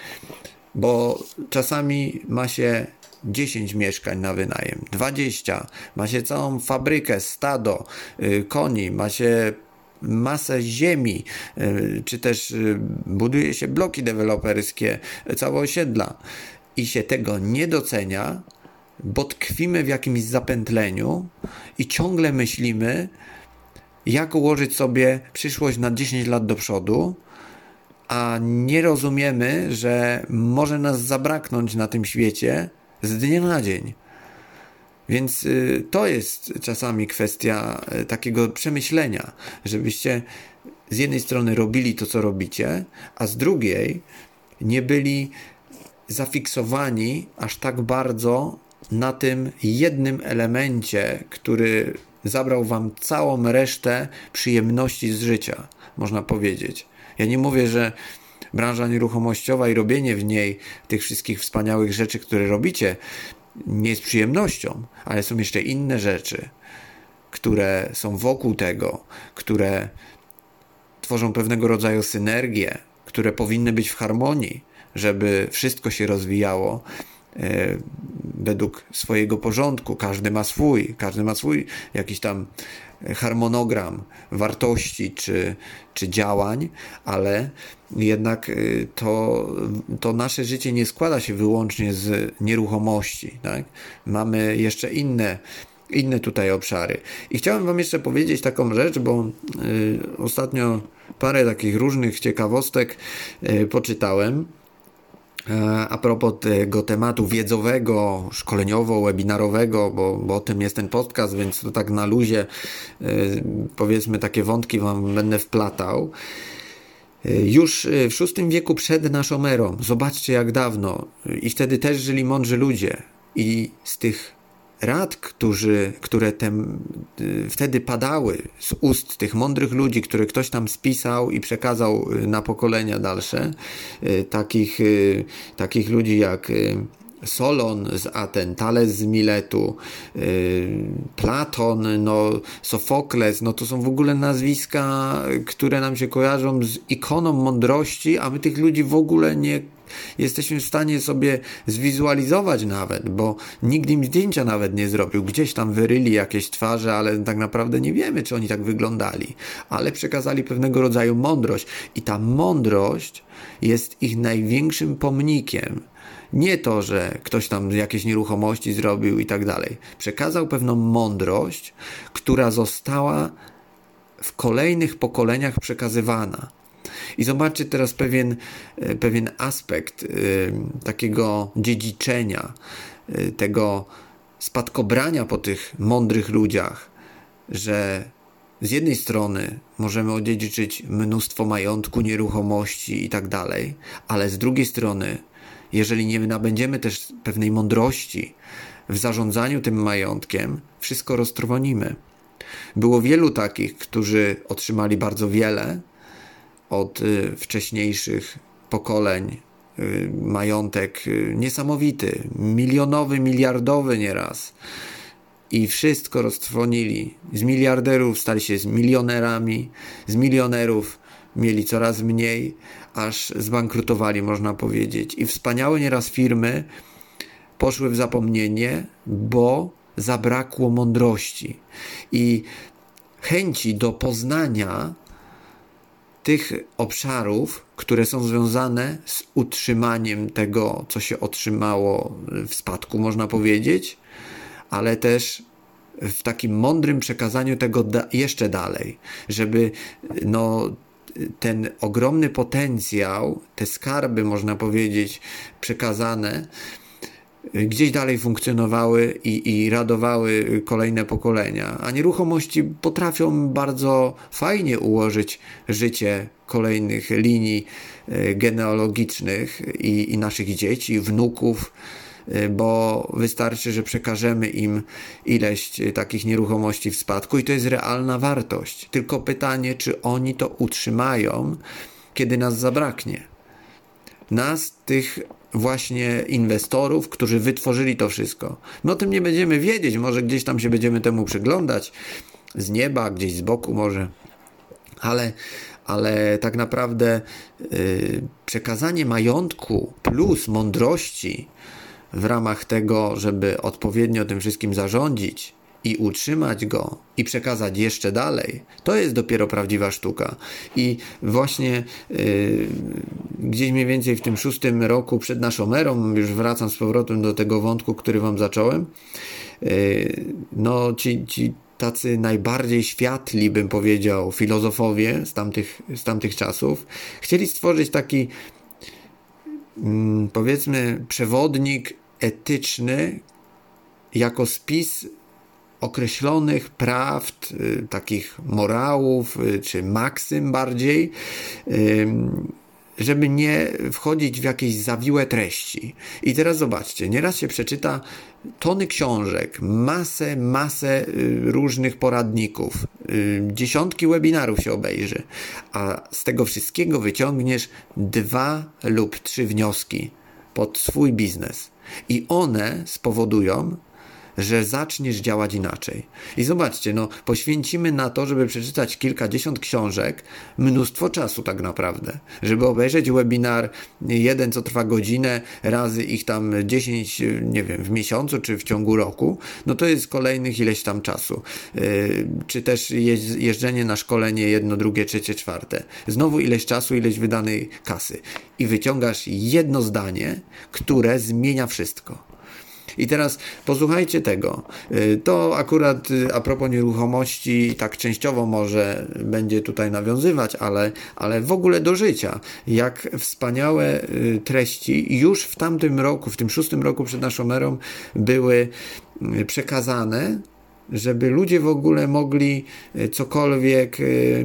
Bo czasami ma się dziesięć mieszkań na wynajem, dwadzieścia, ma się całą fabrykę, stado, yy, koni, ma się masę ziemi, czy też buduje się bloki deweloperskie, całe osiedla i się tego nie docenia, bo tkwimy w jakimś zapętleniu i ciągle myślimy, jak ułożyć sobie przyszłość na dziesięć lat do przodu, a nie rozumiemy, że może nas zabraknąć na tym świecie z dnia na dzień. Więc y, to jest czasami kwestia y, takiego przemyślenia, żebyście z jednej strony robili to, co robicie, a z drugiej nie byli zafiksowani aż tak bardzo na tym jednym elemencie, który zabrał wam całą resztę przyjemności z życia, można powiedzieć. Ja nie mówię, że branża nieruchomościowa i robienie w niej tych wszystkich wspaniałych rzeczy, które robicie, nie jest przyjemnością, ale są jeszcze inne rzeczy, które są wokół tego, które tworzą pewnego rodzaju synergię, które powinny być w harmonii, żeby wszystko się rozwijało e, według swojego porządku. Każdy ma swój, każdy ma swój jakiś tam harmonogram wartości czy, czy działań, ale jednak to, to nasze życie nie składa się wyłącznie z nieruchomości, tak? Mamy jeszcze inne inne tutaj obszary. I chciałem wam jeszcze powiedzieć taką rzecz, bo y, ostatnio parę takich różnych ciekawostek y, poczytałem a propos tego tematu wiedzowego, szkoleniowo-webinarowego, bo, bo o tym jest ten podcast, więc to tak na luzie yy, powiedzmy takie wątki wam będę wplatał. Yy, już w szóstym wieku przed naszą erą, zobaczcie jak dawno, i wtedy też żyli mądrzy ludzie i z tych rad, którzy, które tem, y, wtedy padały z ust tych mądrych ludzi, które ktoś tam spisał i przekazał na pokolenia dalsze, y, takich, y, takich ludzi jak y, Solon z Aten, Tales z Miletu, y, Platon, no, Sofokles, no to są w ogóle nazwiska, które nam się kojarzą z ikoną mądrości, a my tych ludzi w ogóle nie jesteśmy w stanie sobie zwizualizować nawet, bo nikt im zdjęcia nawet nie zrobił. Gdzieś tam wyryli jakieś twarze, ale tak naprawdę nie wiemy, czy oni tak wyglądali. Ale przekazali pewnego rodzaju mądrość i ta mądrość jest ich największym pomnikiem. Nie to, że ktoś tam jakieś nieruchomości zrobił i tak dalej. Przekazał pewną mądrość, która została w kolejnych pokoleniach przekazywana. I zobaczcie teraz pewien, pewien aspekt y, takiego dziedziczenia, y, tego spadkobrania po tych mądrych ludziach, że z jednej strony możemy odziedziczyć mnóstwo majątku, nieruchomości i tak dalej, ale z drugiej strony, jeżeli nie nabędziemy też pewnej mądrości w zarządzaniu tym majątkiem, wszystko roztrwonimy. Było wielu takich, którzy otrzymali bardzo wiele od y, wcześniejszych pokoleń, y, majątek y, niesamowity, milionowy, miliardowy nieraz. I wszystko roztrwonili. Z miliarderów stali się z milionerami, z milionerów mieli coraz mniej, aż zbankrutowali, można powiedzieć. I wspaniałe nieraz firmy poszły w zapomnienie, bo zabrakło mądrości i chęci do poznania tych obszarów, które są związane z utrzymaniem tego, co się otrzymało w spadku, można powiedzieć, ale też w takim mądrym przekazaniu tego da- jeszcze dalej, żeby no, ten ogromny potencjał, te skarby, można powiedzieć, przekazane, gdzieś dalej funkcjonowały i, i radowały kolejne pokolenia. A nieruchomości potrafią bardzo fajnie ułożyć życie kolejnych linii genealogicznych i, i naszych dzieci, wnuków, bo wystarczy, że przekażemy im ileś takich nieruchomości w spadku i to jest realna wartość. Tylko pytanie, czy oni to utrzymają, kiedy nas zabraknie. Nas, tych właśnie inwestorów, którzy wytworzyli to wszystko. My o tym nie będziemy wiedzieć, może gdzieś tam się będziemy temu przyglądać, z nieba, gdzieś z boku może, ale, ale tak naprawdę yy, przekazanie majątku plus mądrości w ramach tego, żeby odpowiednio tym wszystkim zarządzić i utrzymać go i przekazać jeszcze dalej, to jest dopiero prawdziwa sztuka. I właśnie yy, gdzieś mniej więcej w tym szóstym roku przed naszą erą, już wracam z powrotem do tego wątku, który wam zacząłem, yy, no ci, ci tacy najbardziej światli, bym powiedział, filozofowie z tamtych, z tamtych czasów, chcieli stworzyć taki yy, powiedzmy przewodnik etyczny jako spis określonych prawd, y, takich morałów, y, czy maksym bardziej, y, żeby nie wchodzić w jakieś zawiłe treści. I teraz zobaczcie, nieraz się przeczyta tony książek, masę, masę y, różnych poradników, y, dziesiątki webinarów się obejrzy, a z tego wszystkiego wyciągniesz dwa lub trzy wnioski pod swój biznes. I one spowodują, że zaczniesz działać inaczej. I zobaczcie, no poświęcimy na to, żeby przeczytać kilkadziesiąt książek, mnóstwo czasu tak naprawdę. Żeby obejrzeć webinar jeden, co trwa godzinę, razy ich tam dziesięć, nie wiem, w miesiącu czy w ciągu roku, no to jest kolejnych ileś tam czasu. Yy, czy też jeź- jeżdżenie na szkolenie jedno, drugie, trzecie, czwarte. Znowu ileś czasu, ileś wydanej kasy. I wyciągasz jedno zdanie, które zmienia wszystko. I teraz posłuchajcie tego. To akurat a propos nieruchomości, tak częściowo może będzie tutaj nawiązywać, ale, ale w ogóle do życia. Jak wspaniałe treści już w tamtym roku, w tym szóstym roku przed naszą erą były przekazane, żeby ludzie w ogóle mogli cokolwiek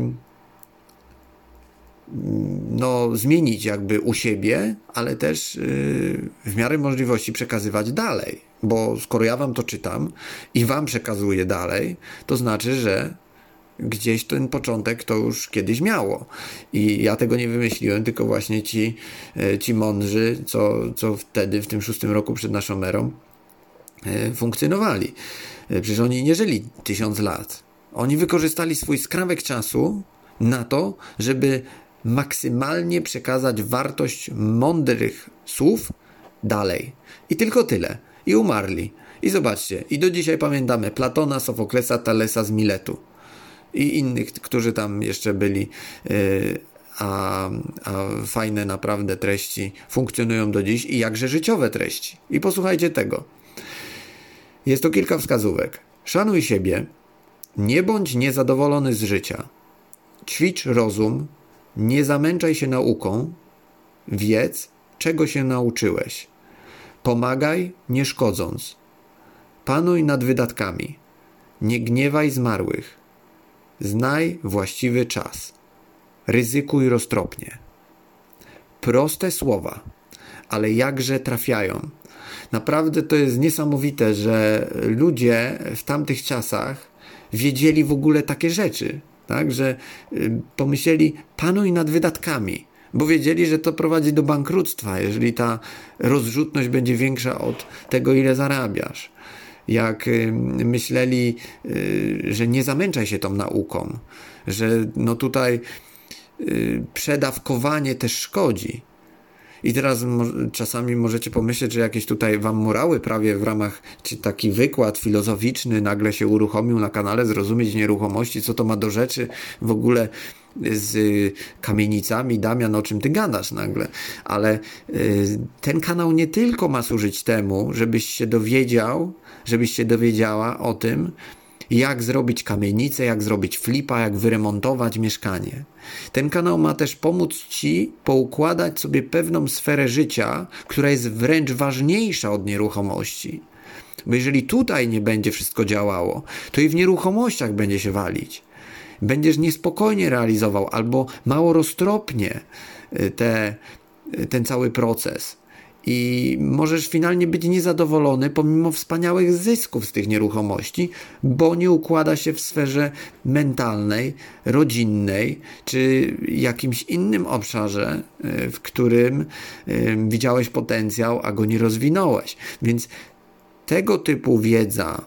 no, zmienić jakby u siebie, ale też yy, w miarę możliwości przekazywać dalej. Bo skoro ja wam to czytam i wam przekazuję dalej, to znaczy, że gdzieś ten początek to już kiedyś miało. I ja tego nie wymyśliłem, tylko właśnie ci, yy, ci mądrzy, co, co wtedy, w tym szóstym roku przed naszą erą yy, funkcjonowali. Yy, przecież oni nie żyli tysiąc lat. Oni wykorzystali swój skrawek czasu na to, żeby maksymalnie przekazać wartość mądrych słów dalej. I tylko tyle. I umarli. I zobaczcie, i do dzisiaj pamiętamy Platona, Sofoklesa, Talesa z Miletu i innych, którzy tam jeszcze byli, yy, a, a fajne naprawdę treści funkcjonują do dziś i jakże życiowe treści. I posłuchajcie tego. Jest to kilka wskazówek. Szanuj siebie, nie bądź niezadowolony z życia. Ćwicz rozum, nie zamęczaj się nauką, wiedz, czego się nauczyłeś. Pomagaj, nie szkodząc. Panuj nad wydatkami. Nie gniewaj zmarłych. Znaj właściwy czas. Ryzykuj roztropnie. Proste słowa, ale jakże trafiają. Naprawdę to jest niesamowite, że ludzie w tamtych czasach wiedzieli w ogóle takie rzeczy, tak? Że pomyśleli, panuj nad wydatkami, bo wiedzieli, że to prowadzi do bankructwa, jeżeli ta rozrzutność będzie większa od tego, ile zarabiasz. Jak myśleli, że nie zamęczaj się tą nauką, że no tutaj przedawkowanie też szkodzi. I teraz mo- czasami możecie pomyśleć, że jakieś tutaj wam morały prawie w ramach, czy taki wykład filozoficzny nagle się uruchomił na kanale Zrozumieć Nieruchomości, co to ma do rzeczy w ogóle z y, kamienicami. Damian, o czym ty gadasz nagle? Ale y, ten kanał nie tylko ma służyć temu, żebyś się dowiedział, żebyś się dowiedziała o tym, jak zrobić kamienicę, jak zrobić flipa, jak wyremontować mieszkanie. Ten kanał ma też pomóc ci poukładać sobie pewną sferę życia, która jest wręcz ważniejsza od nieruchomości. Bo jeżeli tutaj nie będzie wszystko działało, to i w nieruchomościach będzie się walić. Będziesz niespokojnie realizował albo mało roztropnie te, ten cały proces. I możesz finalnie być niezadowolony pomimo wspaniałych zysków z tych nieruchomości, bo nie układa się w sferze mentalnej, rodzinnej, czy jakimś innym obszarze, w którym widziałeś potencjał, a go nie rozwinąłeś. Więc tego typu wiedza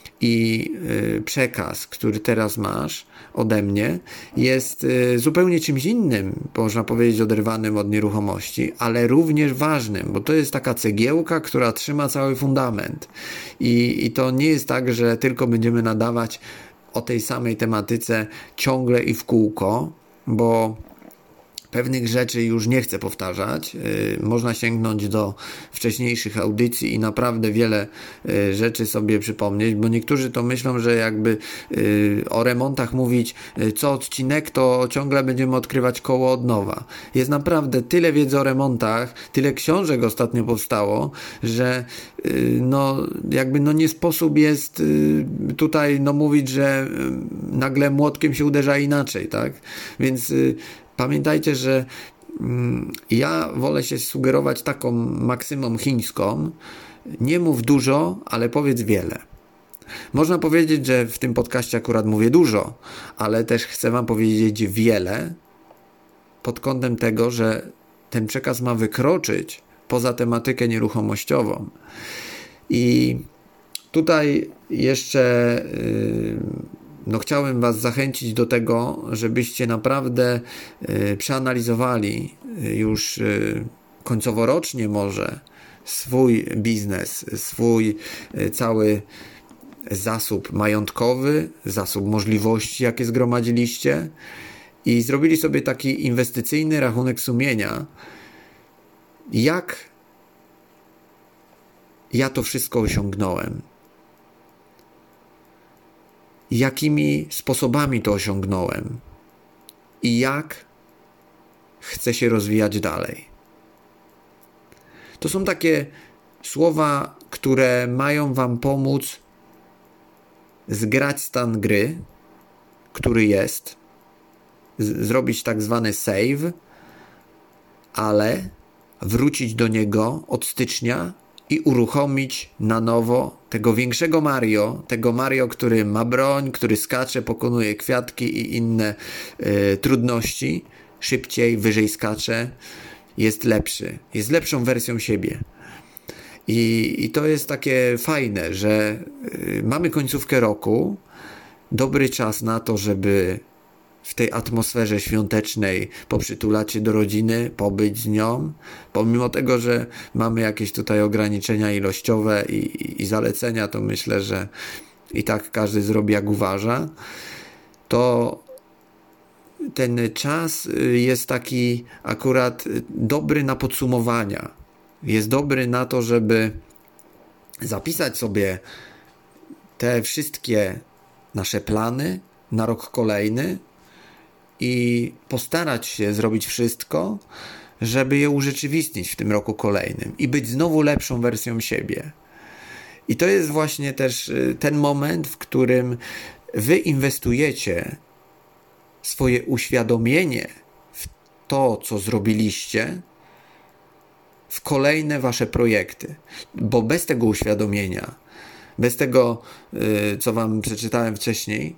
i przekaz, który teraz masz ode mnie, jest zupełnie czymś innym, można powiedzieć oderwanym od nieruchomości, ale również ważnym, bo to jest taka cegiełka, która trzyma cały fundament. I, i to nie jest tak, że tylko będziemy nadawać o tej samej tematyce ciągle i w kółko, bo pewnych rzeczy już nie chcę powtarzać. Yy, można sięgnąć do wcześniejszych audycji i naprawdę wiele yy, rzeczy sobie przypomnieć, bo niektórzy to myślą, że jakby yy, o remontach mówić yy, co odcinek, to ciągle będziemy odkrywać koło od nowa. Jest naprawdę tyle wiedzy o remontach, tyle książek ostatnio powstało, że yy, no jakby no nie sposób jest yy, tutaj no mówić, że yy, nagle młotkiem się uderza inaczej, tak? Więc yy, pamiętajcie, że mm, ja wolę się sugerować taką maksymą chińską: nie mów dużo, ale powiedz wiele. Można powiedzieć, że w tym podcaście akurat mówię dużo, ale też chcę wam powiedzieć wiele pod kątem tego, że ten przekaz ma wykroczyć poza tematykę nieruchomościową. I tutaj jeszcze yy, no chciałem was zachęcić do tego, żebyście naprawdę y, przeanalizowali już y, końcoworocznie może swój biznes, swój y, cały zasób majątkowy, zasób możliwości, jakie zgromadziliście, i zrobili sobie taki inwestycyjny rachunek sumienia, jak ja to wszystko osiągnąłem. Jakimi sposobami to osiągnąłem i jak chcę się rozwijać dalej. To są takie słowa, które mają wam pomóc zgrać stan gry, który jest, z- zrobić tak zwany save, ale wrócić do niego od stycznia i uruchomić na nowo tego większego Mario, tego Mario, który ma broń, który skacze, pokonuje kwiatki i inne y, trudności, szybciej, wyżej skacze, jest lepszy, jest lepszą wersją siebie. I, i to jest takie fajne, że y, mamy końcówkę roku, dobry czas na to, żeby w tej atmosferze świątecznej poprzytulać się do rodziny, pobyć z nią, pomimo tego, że mamy jakieś tutaj ograniczenia ilościowe i, i, i zalecenia, to myślę, że i tak każdy zrobi jak uważa, to ten czas jest taki akurat dobry na podsumowania. Jest dobry na to, żeby zapisać sobie te wszystkie nasze plany na rok kolejny i postarać się zrobić wszystko, żeby je urzeczywistnić w tym roku kolejnym i być znowu lepszą wersją siebie. I to jest właśnie też ten moment, w którym wy inwestujecie swoje uświadomienie w to, co zrobiliście, w kolejne wasze projekty. Bo bez tego uświadomienia, bez tego, co wam przeczytałem wcześniej,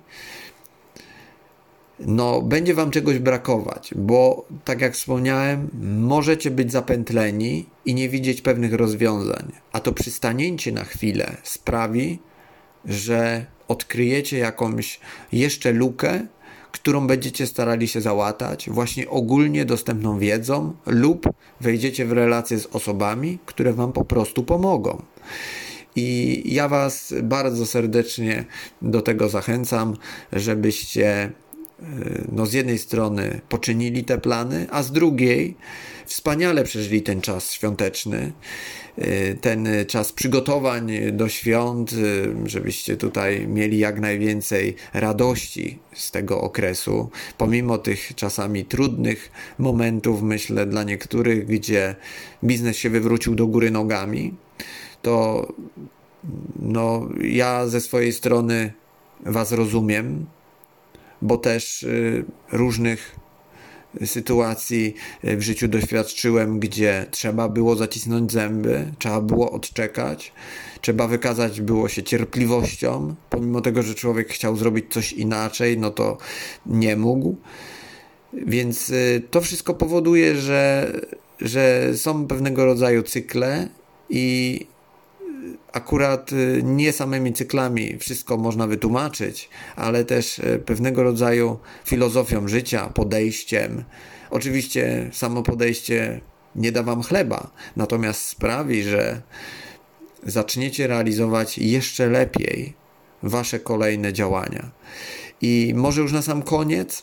no będzie wam czegoś brakować, bo tak jak wspomniałem, możecie być zapętleni i nie widzieć pewnych rozwiązań, a to przystanięcie na chwilę sprawi, że odkryjecie jakąś jeszcze lukę, którą będziecie starali się załatać właśnie ogólnie dostępną wiedzą lub wejdziecie w relacje z osobami, które wam po prostu pomogą. I ja was bardzo serdecznie do tego zachęcam, żebyście no z jednej strony poczynili te plany, a z drugiej wspaniale przeżyli ten czas świąteczny, ten czas przygotowań do świąt, żebyście tutaj mieli jak najwięcej radości z tego okresu, pomimo tych czasami trudnych momentów, myślę, dla niektórych, gdzie biznes się wywrócił do góry nogami, to no ja ze swojej strony was rozumiem, bo też y, różnych sytuacji w życiu doświadczyłem, gdzie trzeba było zacisnąć zęby, trzeba było odczekać, trzeba wykazać było się cierpliwością, pomimo tego, że człowiek chciał zrobić coś inaczej, no to nie mógł. Więc y, to wszystko powoduje, że, że są pewnego rodzaju cykle i akurat nie samymi cyklami wszystko można wytłumaczyć, ale też pewnego rodzaju filozofią życia, podejściem. Oczywiście samo podejście nie da wam chleba, natomiast sprawi, że zaczniecie realizować jeszcze lepiej wasze kolejne działania. I może już na sam koniec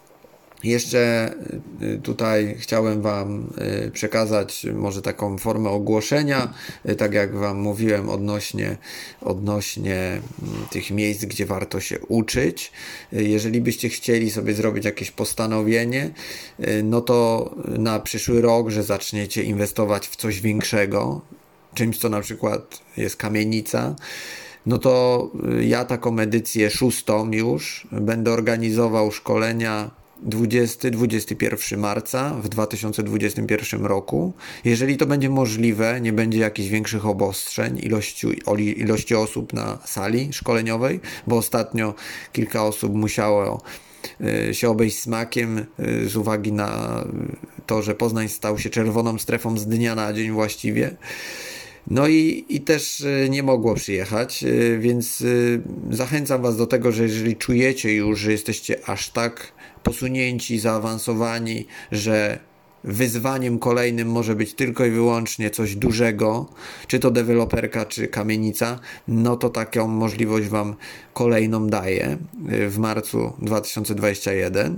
jeszcze tutaj chciałem wam przekazać może taką formę ogłoszenia, tak jak wam mówiłem odnośnie, odnośnie tych miejsc, gdzie warto się uczyć. Jeżeli byście chcieli sobie zrobić jakieś postanowienie, no to na przyszły rok, że zaczniecie inwestować w coś większego, czymś co na przykład jest kamienica, no to ja taką edycję szóstą już będę organizował szkolenia dwudziestego do dwudziestego pierwszego marca w dwa tysiące dwudziestym pierwszym roku. Jeżeli to będzie możliwe, nie będzie jakichś większych obostrzeń ilości, ilości osób na sali szkoleniowej, bo ostatnio kilka osób musiało się obejść smakiem z uwagi na to, że Poznań stał się czerwoną strefą z dnia na dzień właściwie. No i, i też nie mogło przyjechać, więc zachęcam was do tego, że jeżeli czujecie już, że jesteście aż tak posunięci, zaawansowani, że wyzwaniem kolejnym może być tylko i wyłącznie coś dużego, czy to deweloperka, czy kamienica, no to taką możliwość wam kolejną daję w marcu dwa tysiące dwudziestym pierwszym.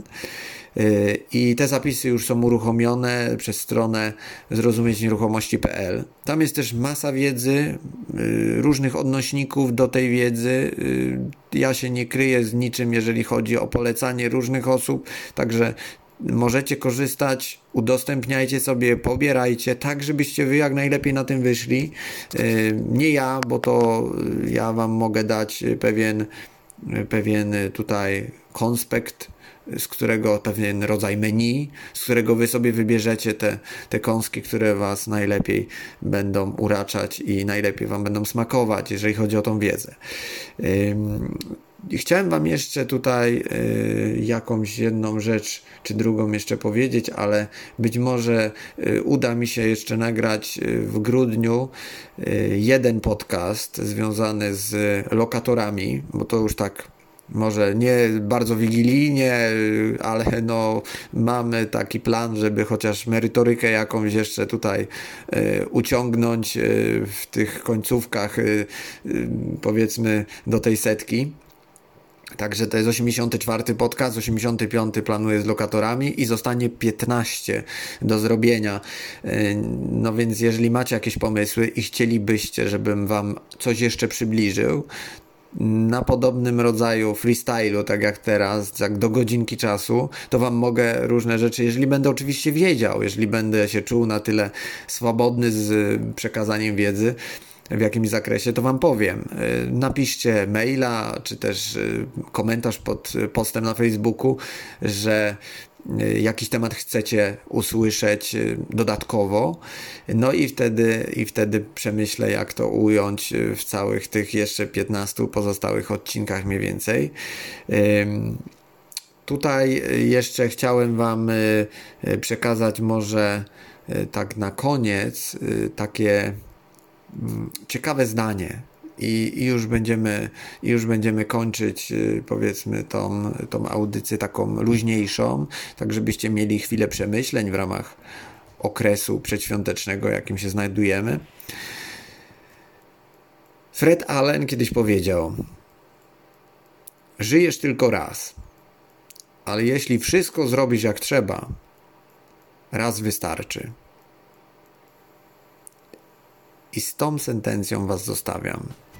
I te zapisy już są uruchomione przez stronę zrozumieć nieruchomości kropka p l. Tam jest też masa wiedzy, różnych odnośników do tej wiedzy. Ja się nie kryję z niczym, jeżeli chodzi o polecanie różnych osób, także możecie korzystać, udostępniajcie sobie, pobierajcie, tak żebyście wy jak najlepiej na tym wyszli. Nie ja, bo to ja wam mogę dać pewien, pewien tutaj konspekt, z którego pewien rodzaj menu, z którego wy sobie wybierzecie te, te kąski, które was najlepiej będą uraczać i najlepiej wam będą smakować, jeżeli chodzi o tą wiedzę. Yy, chciałem wam jeszcze tutaj yy, jakąś jedną rzecz, czy drugą jeszcze powiedzieć, ale być może yy, uda mi się jeszcze nagrać yy, w grudniu yy, jeden podcast związany z lokatorami, bo to już tak może nie bardzo wigilijnie, ale no mamy taki plan, żeby chociaż merytorykę jakąś jeszcze tutaj y, uciągnąć y, w tych końcówkach y, y, powiedzmy do tej setki. Także to jest osiemdziesiąty czwarty podcast, osiemdziesiąty piąty planuję z lokatorami i zostanie piętnaście do zrobienia. No więc jeżeli macie jakieś pomysły i chcielibyście, żebym wam coś jeszcze przybliżył, na podobnym rodzaju freestylu, tak jak teraz, tak do godzinki czasu, to wam mogę różne rzeczy, jeżeli będę oczywiście wiedział, jeżeli będę się czuł na tyle swobodny z przekazaniem wiedzy, w jakimś zakresie, to wam powiem. Napiszcie maila, czy też komentarz pod postem na Facebooku, że jakiś temat chcecie usłyszeć dodatkowo, no i wtedy, i wtedy przemyślę, jak to ująć w całych tych jeszcze piętnastu pozostałych odcinkach mniej więcej. Tutaj jeszcze chciałem wam przekazać może tak na koniec takie ciekawe zdanie. I, i już będziemy, i już będziemy kończyć, powiedzmy, tą, tą audycję taką luźniejszą, tak żebyście mieli chwilę przemyśleń w ramach okresu przedświątecznego, jakim się znajdujemy. Fred Allen kiedyś powiedział: żyjesz tylko raz, ale jeśli wszystko zrobisz jak trzeba, raz wystarczy. I z tą sentencją was zostawiam.